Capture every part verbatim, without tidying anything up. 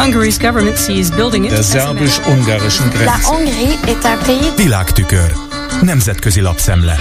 Der szerbus-ungarischen Grenze. La Hongrie est un pays. Világtükör. Nemzetközi lapszemle.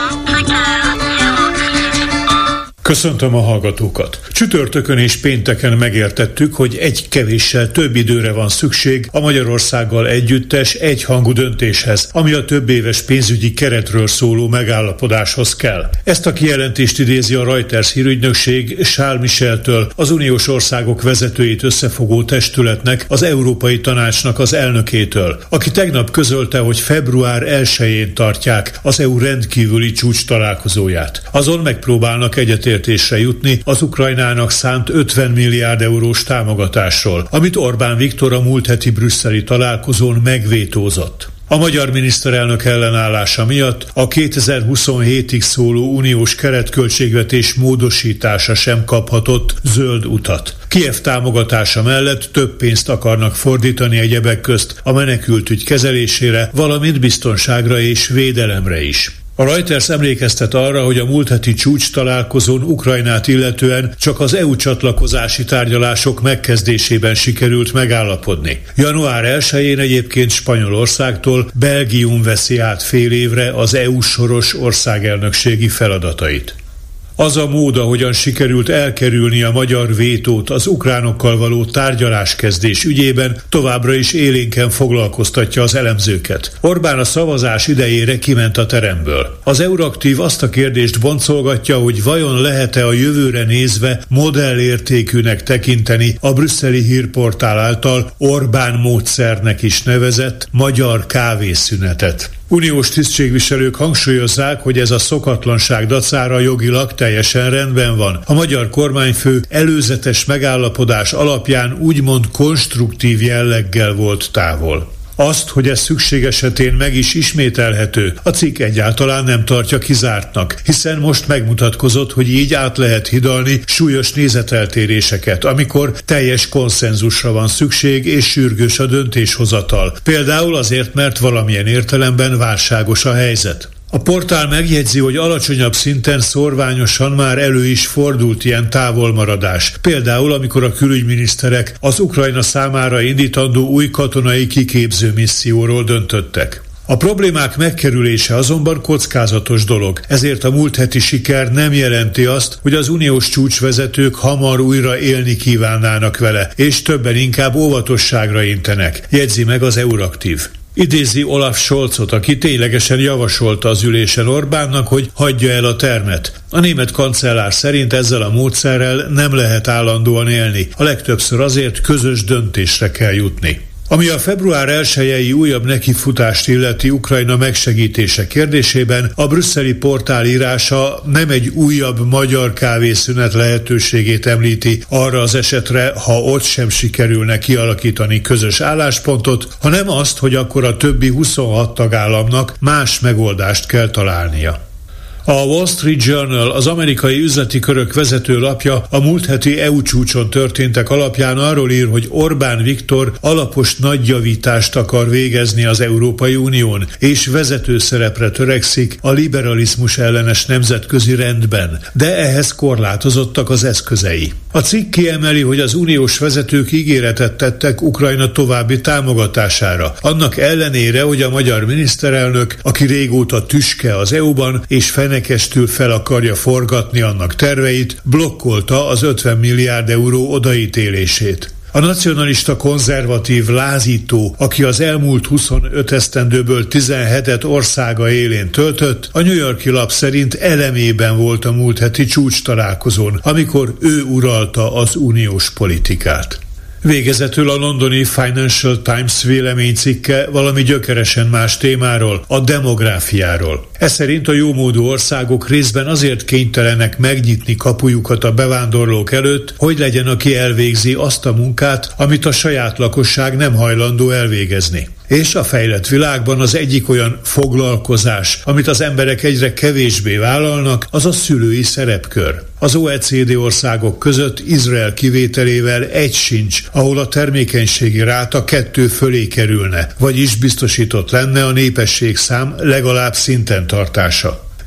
Köszöntöm a hallgatókat! Csütörtökön és pénteken megértettük, hogy egy kevéssel több időre van szükség a Magyarországgal együttes egyhangú döntéshez, ami a több éves pénzügyi keretről szóló megállapodáshoz kell. Ezt a kijelentést idézi a Reuters hírügynökség Charles Micheltől, az uniós országok vezetőit összefogó testületnek, az Európai Tanácsnak az elnökétől, aki tegnap közölte, hogy február elsején tartják az é u rendkívüli csúcs találkozóját. Azon megpróbálnak egyetértésre jutni az Ukrajnának szánt ötven milliárd eurós támogatásról, amit Orbán Viktor a múlt heti brüsszeli találkozón megvétózott. A magyar miniszterelnök ellenállása miatt a kétezer-huszonhétig szóló uniós keretköltségvetés módosítása sem kaphatott zöld utat. Kijev támogatása mellett több pénzt akarnak fordítani egyebek közt a menekültügy kezelésére, valamint biztonságra és védelemre is. A Reuters emlékeztet arra, hogy a múlt heti csúcs találkozón Ukrajnát illetően csak az é u csatlakozási tárgyalások megkezdésében sikerült megállapodni. január elsején egyébként Spanyolországtól Belgium veszi át fél évre az é u soros országelnökségi feladatait. Az a mód, ahogyan sikerült elkerülni a magyar vétót az ukránokkal való tárgyaláskezdés ügyében, továbbra is élénken foglalkoztatja az elemzőket. Orbán a szavazás idejére kiment a teremből. Az Euraktív azt a kérdést boncolgatja, hogy vajon lehet-e a jövőre nézve modellértékűnek tekinteni a brüsszeli hírportál által Orbán módszernek is nevezett magyar kávészünetet. Uniós tisztségviselők hangsúlyozzák, hogy ez a szokatlanság dacára jogilag teljesen rendben van. A magyar kormányfő előzetes megállapodás alapján úgymond konstruktív jelleggel volt távol. Azt, hogy ez szükség esetén meg is ismételhető, a cikk egyáltalán nem tartja kizártnak, hiszen most megmutatkozott, hogy így át lehet hidalni súlyos nézeteltéréseket, amikor teljes konszenzusra van szükség és sürgős a döntéshozatal. Például azért, mert valamilyen értelemben válságos a helyzet. A portál megjegyzi, hogy alacsonyabb szinten szorványosan már elő is fordult ilyen távolmaradás. Például, amikor a külügyminiszterek az Ukrajna számára indítandó új katonai kiképző misszióról döntöttek. A problémák megkerülése azonban kockázatos dolog, ezért a múlt heti siker nem jelenti azt, hogy az uniós csúcsvezetők hamar újra élni kívánnának vele, és többen inkább óvatosságra intenek, jegyzi meg az Euraktív. Idézi Olaf Scholzot, aki ténylegesen javasolta az ülésen Orbánnak, hogy hagyja el a termet. A német kancellár szerint ezzel a módszerrel nem lehet állandóan élni, a legtöbbször azért közös döntésre kell jutni. Ami a február elsejei újabb nekifutást illeti Ukrajna megsegítése kérdésében, a brüsszeli portál írása nem egy újabb magyar kávészünet lehetőségét említi arra az esetre, ha ott sem sikerülne kialakítani közös álláspontot, hanem azt, hogy akkor a többi huszonhat tagállamnak más megoldást kell találnia. A Wall Street Journal, az amerikai üzleti körök vezető lapja a múlt heti é u csúcson történtek alapján arról ír, hogy Orbán Viktor alapos nagyjavítást akar végezni az Európai Unión, és vezető szerepre törekszik a liberalizmus ellenes nemzetközi rendben, de ehhez korlátozottak az eszközei. A cikk kiemeli, hogy az uniós vezetők ígéretet tettek Ukrajna további támogatására, annak ellenére, hogy a magyar miniszterelnök, aki régóta tüske az é u-ban és fenekestül fel akarja forgatni annak terveit, blokkolta az ötven milliárd euró odaítélését. A nacionalista konzervatív lázító, aki az elmúlt huszonöt esztendőből tizenhetet országa élén töltött, a New York-i lap szerint elemében volt a múlt heti csúcs találkozón, amikor ő uralta az uniós politikát. Végezetül a londoni Financial Times véleménycikke valami gyökeresen más témáról, a demográfiáról. Ez szerint a jómódú országok részben azért kénytelenek megnyitni kapujukat a bevándorlók előtt, hogy legyen, aki elvégzi azt a munkát, amit a saját lakosság nem hajlandó elvégezni. És a fejlett világban az egyik olyan foglalkozás, amit az emberek egyre kevésbé vállalnak, az a szülői szerepkör. Az o e cé dé országok között Izrael kivételével egy sincs, ahol a termékenységi ráta kettő fölé kerülne, vagyis biztosított lenne a népességszám legalább szinten tartása.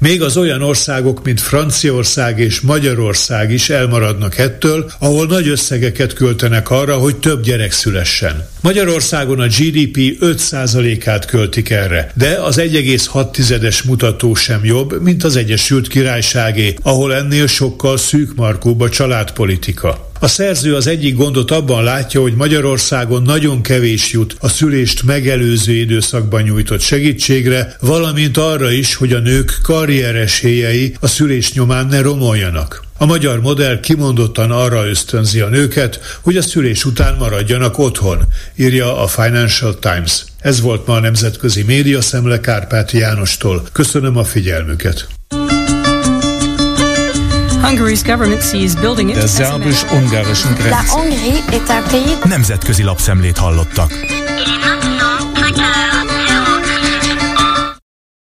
Még az olyan országok, mint Franciaország és Magyarország is elmaradnak ettől, ahol nagy összegeket költenek arra, hogy több gyerek szülessen. Magyarországon a gé dé pé öt százalékát költik erre, de az egy egész hat tizedes mutató sem jobb, mint az Egyesült Királyságé, ahol ennél sokkal szűkmarkúbb a családpolitika. A szerző az egyik gondot abban látja, hogy Magyarországon nagyon kevés jut a szülést megelőző időszakban nyújtott segítségre, valamint arra is, hogy a nők karrieresélyei a szülés nyomán ne romoljanak. A magyar modell kimondottan arra ösztönzi a nőket, hogy a szülés után maradjanak otthon, írja a Financial Times. Ez volt ma a Nemzetközi Média Szemle Kárpáti Jánostól. Köszönöm a figyelmüket. Der szerbus-ungarischen Grenze. Nemzetközi lapszemlét hallottak.